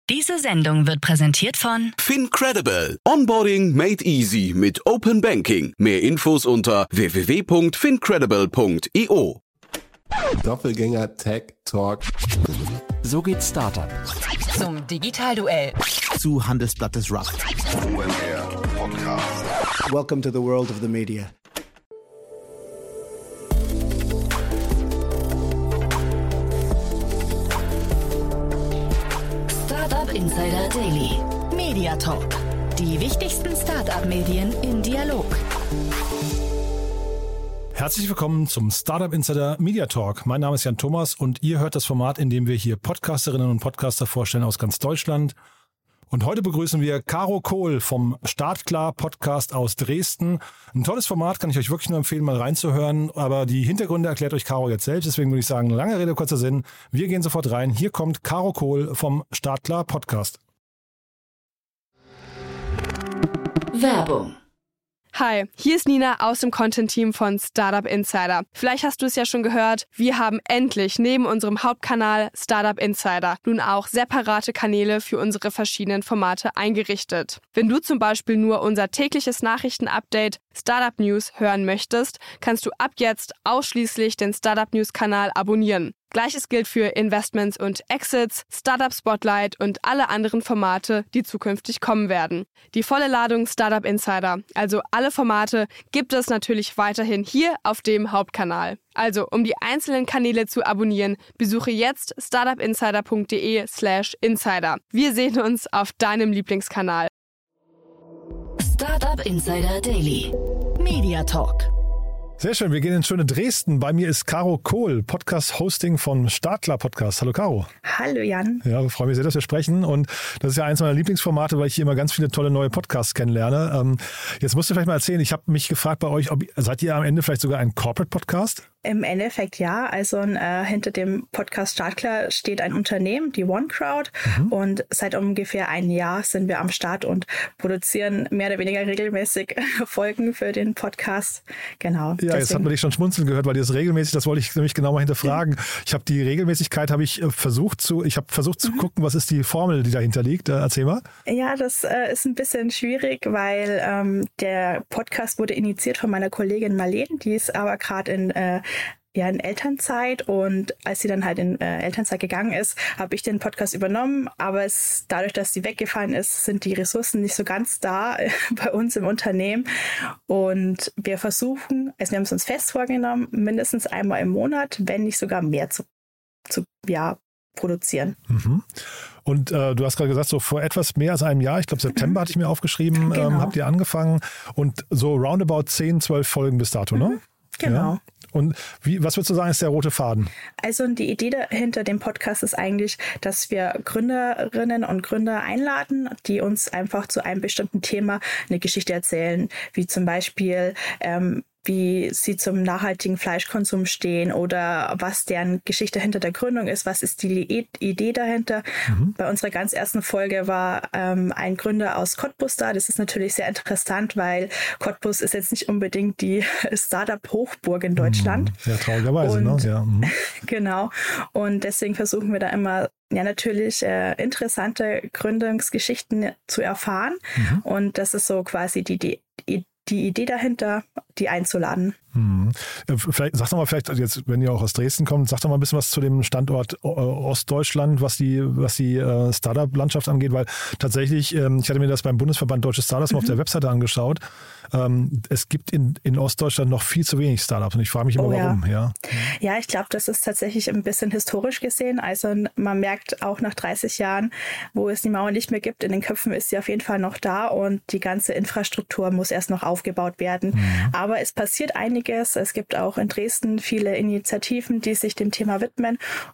Diese Sendung wird präsentiert von FinCredible. Onboarding made easy mit Open Banking. Mehr Infos unter www.fincredible.io. Doppelgänger Tech Talk. So geht Startup. zum Digitalduell. Zu Handelsblattes Rough. Welcome to the world of the media. Startup Insider Daily. Media Talk. Die wichtigsten Startup-Medien im Dialog. Herzlich willkommen zum Startup Insider Media Talk. Mein Name ist Jan Thomas und ihr hört das Format, in dem wir hier Podcasterinnen und Podcaster vorstellen aus ganz Deutschland. Und heute begrüßen wir Caro Kohl vom Startklar Podcast aus Dresden. Ein tolles Format, kann ich euch wirklich nur empfehlen, mal reinzuhören. Aber die Hintergründe erklärt euch Caro jetzt selbst. Deswegen würde ich sagen, lange Rede, kurzer Sinn. Wir gehen sofort rein. Hier kommt Caro Kohl vom Startklar Podcast. Werbung. Hi, hier ist Nina aus dem Content-Team von Startup Insider. Vielleicht hast du es ja schon gehört, wir haben endlich neben unserem Hauptkanal Startup Insider nun auch separate Kanäle für unsere verschiedenen Formate eingerichtet. Wenn du zum Beispiel nur unser tägliches Nachrichtenupdate Startup News hören möchtest, kannst du ab jetzt ausschließlich den Startup News-Kanal abonnieren. Gleiches gilt für Investments und Exits, Startup Spotlight und alle anderen Formate, die zukünftig kommen werden. Die volle Ladung Startup Insider, also alle Formate, gibt es natürlich weiterhin hier auf dem Hauptkanal. Also, um die einzelnen Kanäle zu abonnieren, besuche jetzt startupinsider.de/insider. Wir sehen uns auf deinem Lieblingskanal. Startup Insider Daily. Media Talk. Sehr schön, wir gehen ins schöne Dresden. Bei mir ist Caro Kohl, Podcast-Hosting von Startklar Podcast. Hallo Caro. Hallo Jan. Ja, ich freue mich sehr, dass wir sprechen. Und das ist ja eins meiner Lieblingsformate, weil ich hier immer ganz viele tolle neue Podcasts kennenlerne. Jetzt musst du vielleicht mal erzählen, ich habe mich gefragt bei euch, seid ihr am Ende vielleicht sogar ein Corporate-Podcast? Im Endeffekt ja, also hinter dem Podcast Startklar steht ein Unternehmen, die OneCrowd, und seit ungefähr einem Jahr sind wir am Start und produzieren mehr oder weniger regelmäßig Folgen für den Podcast. Genau. Ja, jetzt hat man dich schon schmunzeln gehört, weil das regelmäßig, das wollte ich nämlich genau mal hinterfragen. Ich habe die Regelmäßigkeit, versucht zu gucken, was ist die Formel, die dahinter liegt. Erzähl mal. Ja, das ist ein bisschen schwierig, weil der Podcast wurde initiiert von meiner Kollegin Marlene, die ist aber gerade in Elternzeit, und als sie dann halt in Elternzeit gegangen ist, habe ich den Podcast übernommen, aber dadurch, dass sie weggefallen ist, sind die Ressourcen nicht so ganz da bei uns im Unternehmen, und wir versuchen, wir haben es uns fest vorgenommen, mindestens einmal im Monat, wenn nicht sogar mehr zu produzieren. Mhm. Und du hast gerade gesagt, so vor etwas mehr als einem Jahr, ich glaube September hatte ich mir aufgeschrieben, genau. Habt ihr angefangen, und so roundabout 10, 12 Folgen bis dato, ne? Genau. Ja. Und was würdest du sagen, ist der rote Faden? Also die Idee hinter dem Podcast ist eigentlich, dass wir Gründerinnen und Gründer einladen, die uns einfach zu einem bestimmten Thema eine Geschichte erzählen, wie zum Beispiel wie sie zum nachhaltigen Fleischkonsum stehen oder was deren Geschichte hinter der Gründung ist, was ist die Idee dahinter. Bei unserer ganz ersten Folge war ein Gründer aus Cottbus da. Das ist natürlich sehr interessant, weil Cottbus ist jetzt nicht unbedingt die Startup-Hochburg in Deutschland. Ja, traurigerweise, ne? Ja. Genau. Und deswegen versuchen wir da immer natürlich interessante Gründungsgeschichten zu erfahren. Und das ist so quasi die Idee dahinter, die einzuladen. Vielleicht, sag doch mal, jetzt, wenn ihr auch aus Dresden kommt, sag doch mal ein bisschen was zu dem Standort Ostdeutschland, was die Startup-Landschaft angeht, weil tatsächlich, ich hatte mir das beim Bundesverband Deutsche Startups mal auf der Webseite angeschaut, es gibt in Ostdeutschland noch viel zu wenig Startups, und ich frage mich immer, warum. Ja, ich glaube, das ist tatsächlich ein bisschen historisch gesehen. Also man merkt auch nach 30 Jahren, wo es die Mauer nicht mehr gibt, in den Köpfen ist sie auf jeden Fall noch da, und die ganze Infrastruktur muss erst noch aufgebaut werden. Aber es passiert einiges. Es gibt auch in Dresden viele Initiativen, die sich dem Thema widmen.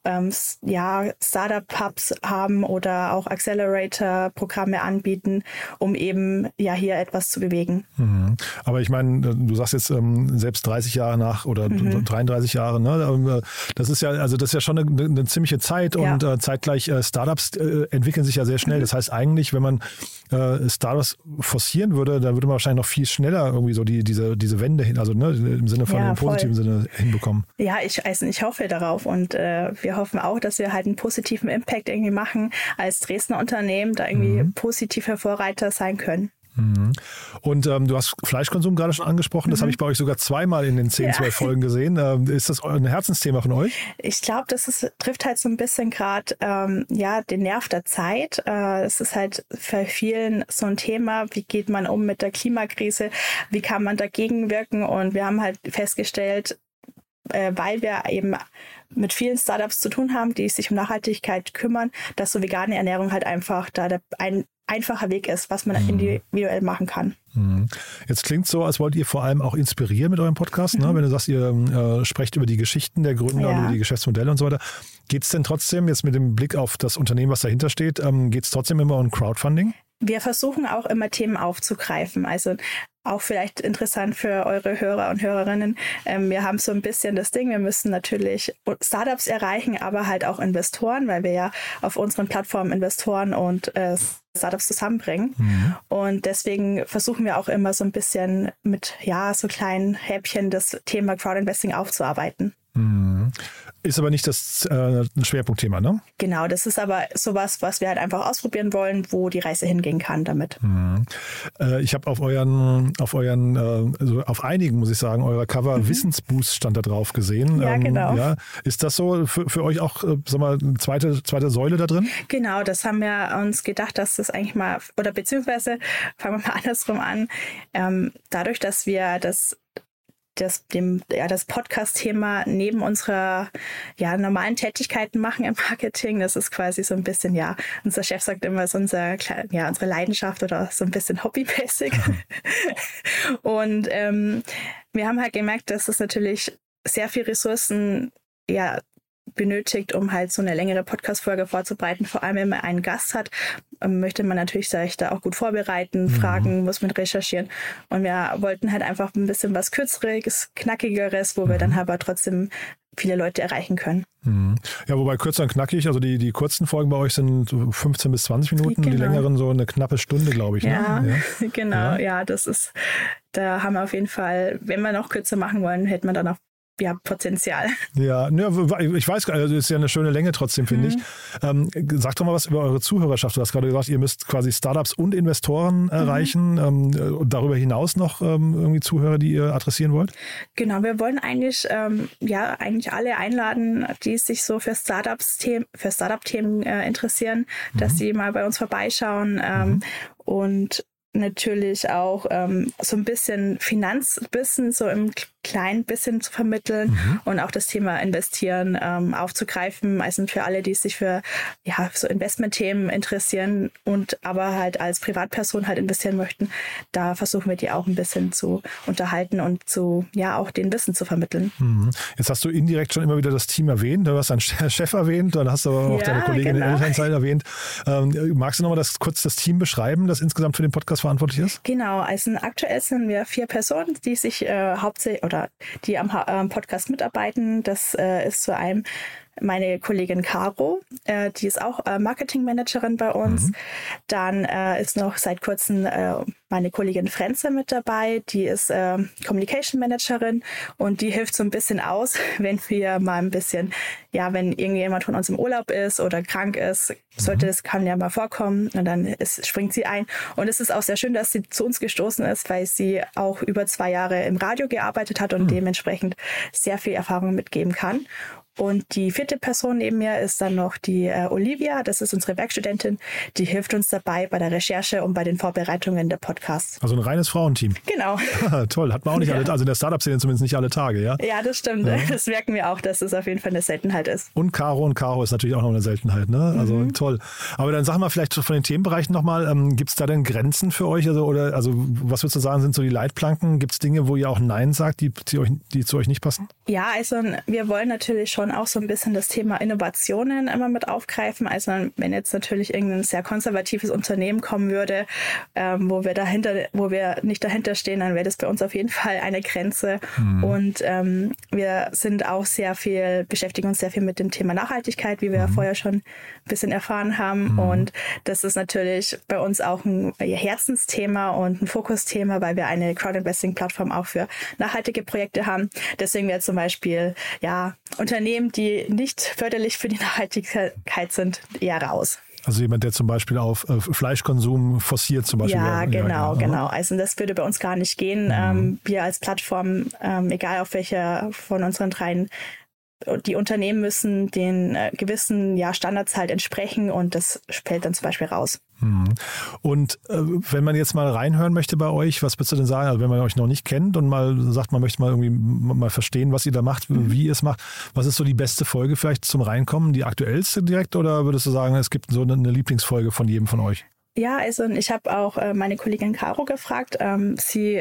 Startup-Hubs haben oder auch Accelerator-Programme anbieten, um eben hier etwas zu bewegen. Aber ich meine, du sagst jetzt selbst 30 Jahre nach oder 33 Jahre, ne? Das ist ja schon eine ziemliche Zeit, und zeitgleich Startups entwickeln sich ja sehr schnell. Das heißt eigentlich, wenn man Startups forcieren würde, dann würde man wahrscheinlich noch viel schneller irgendwie so diese Wende hin, also im Sinne von im positiven Sinne hinbekommen. Ja, ich hoffe darauf und wir hoffen auch, dass wir halt einen positiven Impact irgendwie machen, als Dresdner Unternehmen da irgendwie positive Vorreiter sein können. Und du hast Fleischkonsum gerade schon angesprochen, das habe ich bei euch sogar zweimal in den 12 Folgen gesehen. Ist das ein Herzensthema von euch? Ich glaube, trifft halt so ein bisschen gerade den Nerv der Zeit. Es ist halt für vielen so ein Thema, wie geht man um mit der Klimakrise, wie kann man dagegen wirken, und wir haben halt festgestellt, weil wir eben mit vielen Startups zu tun haben, die sich um Nachhaltigkeit kümmern, dass so vegane Ernährung halt einfach da ein einfacher Weg ist, was man individuell machen kann. Jetzt klingt so, als wollt ihr vor allem auch inspirieren mit eurem Podcast, ne? Wenn du sagst, ihr sprecht über die Geschichten der Gründer und über die Geschäftsmodelle und so weiter. Geht es denn trotzdem, jetzt mit dem Blick auf das Unternehmen, was dahinter steht, geht es trotzdem immer um Crowdfunding? Wir versuchen auch immer Themen aufzugreifen, also auch vielleicht interessant für eure Hörer und Hörerinnen. Wir haben so ein bisschen das Ding, wir müssen natürlich Startups erreichen, aber halt auch Investoren, weil wir ja auf unseren Plattformen Investoren und Startups zusammenbringen. Und deswegen versuchen wir auch immer so ein bisschen mit so kleinen Häppchen das Thema Crowdinvesting aufzuarbeiten. Ist aber nicht das ein Schwerpunktthema, ne? Genau, das ist aber sowas, was wir halt einfach ausprobieren wollen, wo die Reise hingehen kann damit. Ich habe auf einigen, muss ich sagen, eurer Cover Wissensboost stand da drauf gesehen. Ja, genau. Ja. Ist das so für euch auch, eine zweite Säule da drin? Genau, das haben wir uns gedacht, dass das eigentlich mal, oder beziehungsweise fangen wir mal andersrum an, dadurch, dass wir das Podcast-Thema neben unserer normalen Tätigkeiten machen im Marketing. Das ist quasi so ein bisschen, unser Chef sagt immer, es ist unsere Leidenschaft oder so ein bisschen hobbymäßig. Und wir haben halt gemerkt, dass es natürlich sehr viel Ressourcen benötigt, um halt so eine längere Podcast-Folge vorzubereiten. Vor allem, wenn man einen Gast hat, möchte man natürlich sich da auch gut vorbereiten, Fragen muss man recherchieren. Und wir wollten halt einfach ein bisschen was Kürzeres, Knackigeres, wo wir dann aber trotzdem viele Leute erreichen können. Ja, wobei kürzer und knackig, also die kurzen Folgen bei euch sind 15 bis 20 Minuten, die längeren so eine knappe Stunde, glaube ich. Ja, ne? Genau, da haben wir auf jeden Fall, wenn wir noch kürzer machen wollen, hätte man dann auch Potenzial. Ja, ich weiß, also ist ja eine schöne Länge trotzdem, finde ich. Sagt doch mal was über eure Zuhörerschaft. Du hast gerade gesagt, ihr müsst quasi Startups und Investoren erreichen. Und darüber hinaus noch irgendwie Zuhörer, die ihr adressieren wollt? Genau, wir wollen eigentlich alle einladen, die sich so für Startup-Themen interessieren, dass sie mal bei uns vorbeischauen und natürlich auch so ein bisschen Finanzwissen so im kleinen bisschen zu vermitteln und auch das Thema Investieren aufzugreifen. Also für alle, die sich für so Investmentthemen interessieren und aber halt als Privatperson halt investieren möchten, da versuchen wir die auch ein bisschen zu unterhalten und auch den Wissen zu vermitteln. Jetzt hast du indirekt schon immer wieder das Team erwähnt, du hast deinen Chef erwähnt, dann hast du aber auch deine Kollegin in Elternzeit erwähnt. Magst du nochmal kurz das Team beschreiben, das insgesamt für den Podcast verantwortlich ist? Genau, also aktuell sind wir 4 Personen, die sich hauptsächlich die am Podcast mitarbeiten. Das ist zu einem meine Kollegin Caro, die ist auch Marketingmanagerin bei uns. Dann ist noch seit kurzem meine Kollegin Frenze mit dabei, die ist Communication Managerin und die hilft so ein bisschen aus, wenn wir mal ein bisschen, wenn irgendjemand von uns im Urlaub ist oder krank ist, kann ja mal vorkommen und dann springt sie ein. Und es ist auch sehr schön, dass sie zu uns gestoßen ist, weil sie auch über 2 Jahre im Radio gearbeitet hat und dementsprechend sehr viel Erfahrung mitgeben kann. Und die 4. Person neben mir ist dann noch die Olivia, das ist unsere Werkstudentin, die hilft uns dabei bei der Recherche und bei den Vorbereitungen der Podcasts. Also ein reines Frauenteam. Genau. Toll, hat man auch nicht alle, also in der Startup-Szene zumindest nicht alle Tage, ja? Ja, das stimmt. Ja. Das merken wir auch, dass es auf jeden Fall eine Seltenheit ist. Und Caro ist natürlich auch noch eine Seltenheit, ne? Also toll. Aber dann sag mal vielleicht von den Themenbereichen nochmal, gibt es da denn Grenzen für euch? Also was würdest du sagen, sind so die Leitplanken? Gibt es Dinge, wo ihr auch Nein sagt, die zu euch nicht passen? Ja, also wir wollen natürlich schon schon auch so ein bisschen das Thema Innovationen immer mit aufgreifen. Also wenn jetzt natürlich irgendein sehr konservatives Unternehmen kommen würde, wo wir nicht dahinter stehen, dann wäre das bei uns auf jeden Fall eine Grenze. Und wir sind auch beschäftigen uns sehr viel mit dem Thema Nachhaltigkeit, wie wir ja vorher schon ein bisschen erfahren haben. Und das ist natürlich bei uns auch ein Herzensthema und ein Fokusthema, weil wir eine Crowdinvesting-Plattform auch für nachhaltige Projekte haben. Deswegen wäre zum Beispiel Unternehmen, die nicht förderlich für die Nachhaltigkeit sind, eher raus. Also jemand, der zum Beispiel auf Fleischkonsum forciert zum Beispiel. Ja, genau. Also das würde bei uns gar nicht gehen. Wir als Plattform, egal auf welcher von unseren dreien, die Unternehmen müssen den gewissen Standards halt entsprechen und das fällt dann zum Beispiel raus. Und wenn man jetzt mal reinhören möchte bei euch, was würdest du denn sagen, also wenn man euch noch nicht kennt und mal sagt, man möchte mal irgendwie mal verstehen, was ihr da macht, wie ihr es macht, was ist so die beste Folge vielleicht zum Reinkommen, die aktuellste direkt, oder würdest du sagen, es gibt so eine Lieblingsfolge von jedem von euch? Ja, also ich habe auch meine Kollegin Caro gefragt. Sie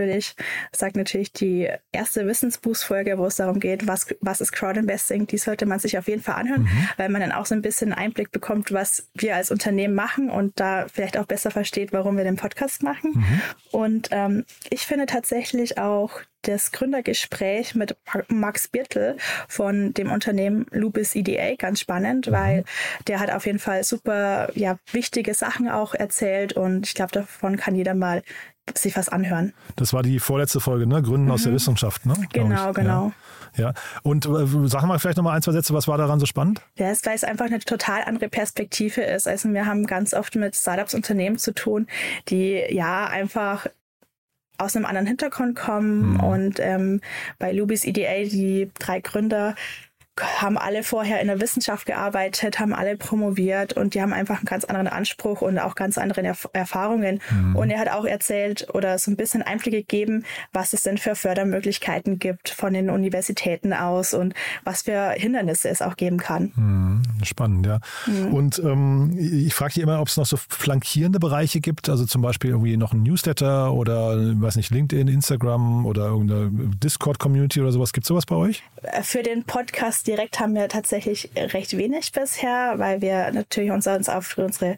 sagt natürlich die erste Wissensboost-Folge, wo es darum geht, was ist Crowdinvesting, die sollte man sich auf jeden Fall anhören, weil man dann auch so ein bisschen Einblick bekommt, was wir als Unternehmen machen und da vielleicht auch besser versteht, warum wir den Podcast machen. Und ich finde tatsächlich auch das Gründergespräch mit Max Birtel von dem Unternehmen Lubis EDA ganz spannend, weil der hat auf jeden Fall super wichtige Sachen auch erzählt und ich glaube, davon kann jeder mal sich was anhören. Das war die vorletzte Folge, ne? Gründen aus der Wissenschaft, ne? Genau. Ja. Und sag mal vielleicht nochmal 1, 2 Sätze, was war daran so spannend? Ja, weil es einfach eine total andere Perspektive ist. Also wir haben ganz oft mit Startups, Unternehmen zu tun, die einfach aus einem anderen Hintergrund kommen und bei Lubis EDA, die 3 Gründer haben alle vorher in der Wissenschaft gearbeitet, haben alle promoviert und die haben einfach einen ganz anderen Anspruch und auch ganz andere Erfahrungen. Und er hat auch erzählt oder so ein bisschen Einblicke gegeben, was es denn für Fördermöglichkeiten gibt von den Universitäten aus und was für Hindernisse es auch geben kann. Spannend, ja. Und ich frage hier immer, ob es noch so flankierende Bereiche gibt, also zum Beispiel irgendwie noch ein Newsletter oder, weiß nicht, LinkedIn, Instagram oder irgendeine Discord-Community oder sowas. Gibt es sowas bei euch? Für den Podcast direkt haben wir tatsächlich recht wenig bisher, weil wir natürlich uns auf unsere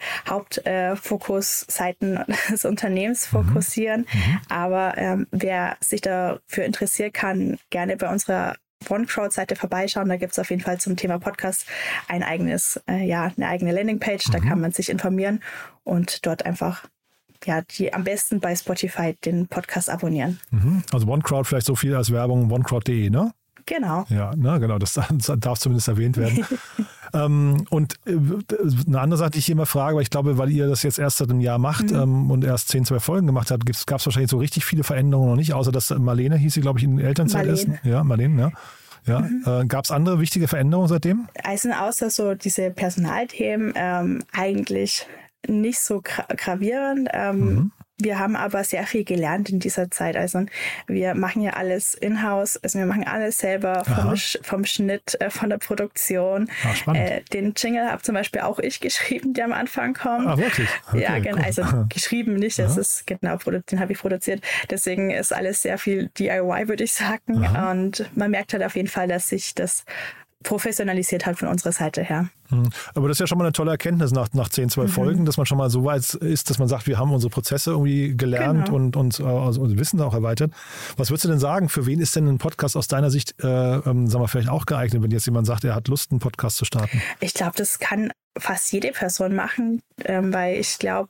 Hauptfokusseiten des Unternehmens fokussieren. Aber wer sich dafür interessiert, kann gerne bei unserer OneCrowd-Seite vorbeischauen. Da gibt es auf jeden Fall zum Thema Podcast eine eigene Landingpage. Da kann man sich informieren und dort einfach die am besten bei Spotify den Podcast abonnieren. Also OneCrowd vielleicht so viel als Werbung, onecrowd.de, ne? Genau. Ja, genau, das darf zumindest erwähnt werden. Und eine andere Sache, die ich hier immer frage, weil ich glaube, weil ihr das jetzt erst seit einem Jahr macht und erst 10, 12 Folgen gemacht habt, gab es wahrscheinlich so richtig viele Veränderungen noch nicht, außer dass Marlene hieß sie, glaube ich, in Elternzeit ist. Ja, Marlene, ja. Gab es andere wichtige Veränderungen seitdem? Also außer so diese Personalthemen eigentlich nicht so gravierend. Wir haben aber sehr viel gelernt in dieser Zeit. Also wir machen ja alles in-house, also wir machen alles selber vom Schnitt, von der Produktion. Den Jingle habe zum Beispiel auch ich geschrieben, der am Anfang kommt. Ah, wirklich? Okay, ja, genau. Cool. Also geschrieben nicht, das ist den habe ich produziert. Deswegen ist alles sehr viel DIY, würde ich sagen. Und man merkt halt auf jeden Fall, dass sich das professionalisiert hat von unserer Seite her. Aber das ist ja schon mal eine tolle Erkenntnis nach 10, 12 Folgen, dass man schon mal so weit ist, dass man sagt, wir haben unsere Prozesse irgendwie gelernt und unser Wissen auch erweitert. Was würdest du denn sagen, für wen ist denn ein Podcast aus deiner Sicht, vielleicht auch geeignet, wenn jetzt jemand sagt, er hat Lust, einen Podcast zu starten? Ich glaube, das kann fast jede Person machen, weil ich glaube,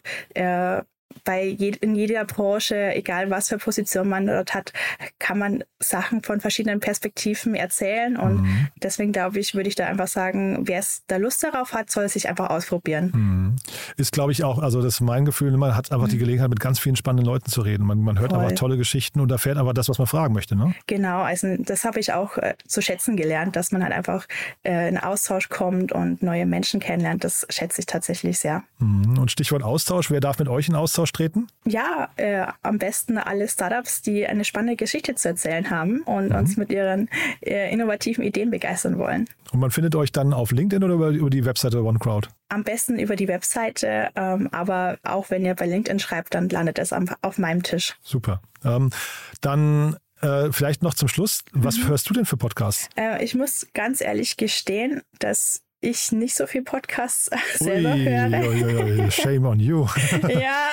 in jeder Branche, egal was für Position man dort hat, kann man Sachen von verschiedenen Perspektiven erzählen und deswegen glaube ich, würde ich da einfach sagen, wer es da Lust darauf hat, soll es sich einfach ausprobieren. Ist, glaube ich, auch, also das ist mein Gefühl, man hat einfach die Gelegenheit, mit ganz vielen spannenden Leuten zu reden. Man hört einfach tolle Geschichten und erfährt aber das, was man fragen möchte, ne? Genau, also das habe ich auch zu schätzen gelernt, dass man halt einfach in Austausch kommt und neue Menschen kennenlernt. Das schätze ich tatsächlich sehr. Und Stichwort Austausch, wer darf mit euch in Austausch treten? Ja, am besten alle Startups, die eine spannende Geschichte zu erzählen haben und uns mit ihren innovativen Ideen begeistern wollen. Und man findet euch dann auf LinkedIn oder über die Webseite OneCrowd? Am besten über die Webseite, aber auch wenn ihr bei LinkedIn schreibt, dann landet es auf meinem Tisch. Super. Dann vielleicht noch zum Schluss, was hörst du denn für Podcasts? Ich muss ganz ehrlich gestehen, dass ich nicht so viel Podcasts selber höre. Shame on you. Ja,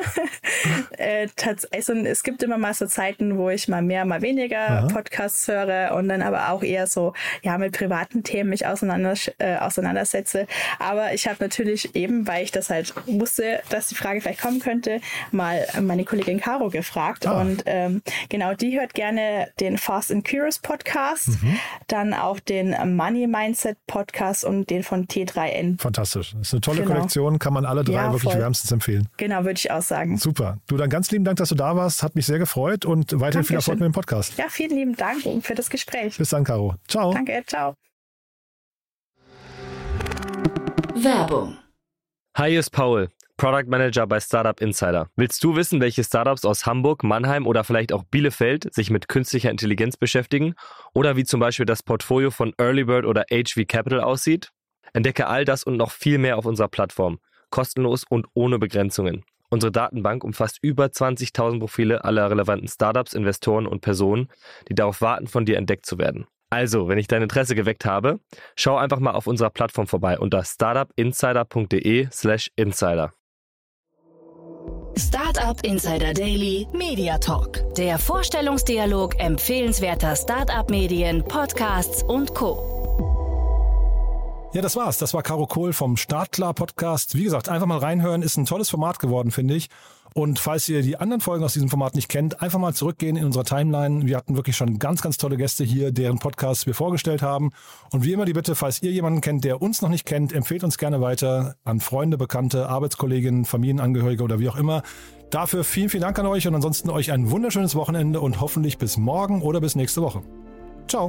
also es gibt immer mal so Zeiten, wo ich mal mehr, mal weniger Podcasts höre und dann aber auch eher so mit privaten Themen mich auseinandersetze. Aber ich habe natürlich eben, weil ich das halt wusste, dass die Frage vielleicht kommen könnte, mal meine Kollegin Caro gefragt. Und genau, die hört gerne den Fast and Curious Podcast, dann auch den Money Mindset Podcast und den von T3N. Fantastisch. Das ist eine tolle Kollektion, kann man alle drei wirklich wärmstens empfehlen. Genau, würde ich auch sagen. Super. Du, dann ganz lieben Dank, dass du da warst. Hat mich sehr gefreut und weiterhin viel Erfolg mit dem Podcast. Ja, vielen lieben Dank für das Gespräch. Bis dann, Caro. Ciao. Danke, ciao. Werbung. Hi, hier ist Paul, Product Manager bei Startup Insider. Willst du wissen, welche Startups aus Hamburg, Mannheim oder vielleicht auch Bielefeld sich mit künstlicher Intelligenz beschäftigen? Oder wie zum Beispiel das Portfolio von Earlybird oder HV Capital aussieht? Entdecke all das und noch viel mehr auf unserer Plattform. Kostenlos und ohne Begrenzungen. Unsere Datenbank umfasst über 20.000 Profile aller relevanten Startups, Investoren und Personen, die darauf warten, von dir entdeckt zu werden. Also, wenn ich dein Interesse geweckt habe, schau einfach mal auf unserer Plattform vorbei unter startupinsider.de/insider. Startup Insider Daily Media Talk. Der Vorstellungsdialog empfehlenswerter Startup-Medien, Podcasts und Co. Ja, das war's. Das war Caro Kohl vom Startklar-Podcast. Wie gesagt, einfach mal reinhören. Ist ein tolles Format geworden, finde ich. Und falls ihr die anderen Folgen aus diesem Format nicht kennt, einfach mal zurückgehen in unserer Timeline. Wir hatten wirklich schon ganz, ganz tolle Gäste hier, deren Podcasts wir vorgestellt haben. Und wie immer die Bitte, falls ihr jemanden kennt, der uns noch nicht kennt, empfehlt uns gerne weiter an Freunde, Bekannte, Arbeitskolleginnen, Familienangehörige oder wie auch immer. Dafür vielen, vielen Dank an euch und ansonsten euch ein wunderschönes Wochenende und hoffentlich bis morgen oder bis nächste Woche. Ciao.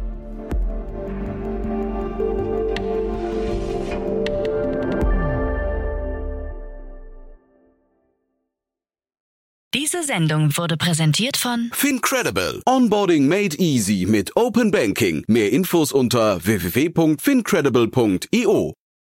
Diese Sendung wurde präsentiert von Fincredible. Onboarding made easy mit Open Banking. Mehr Infos unter www.fincredible.io.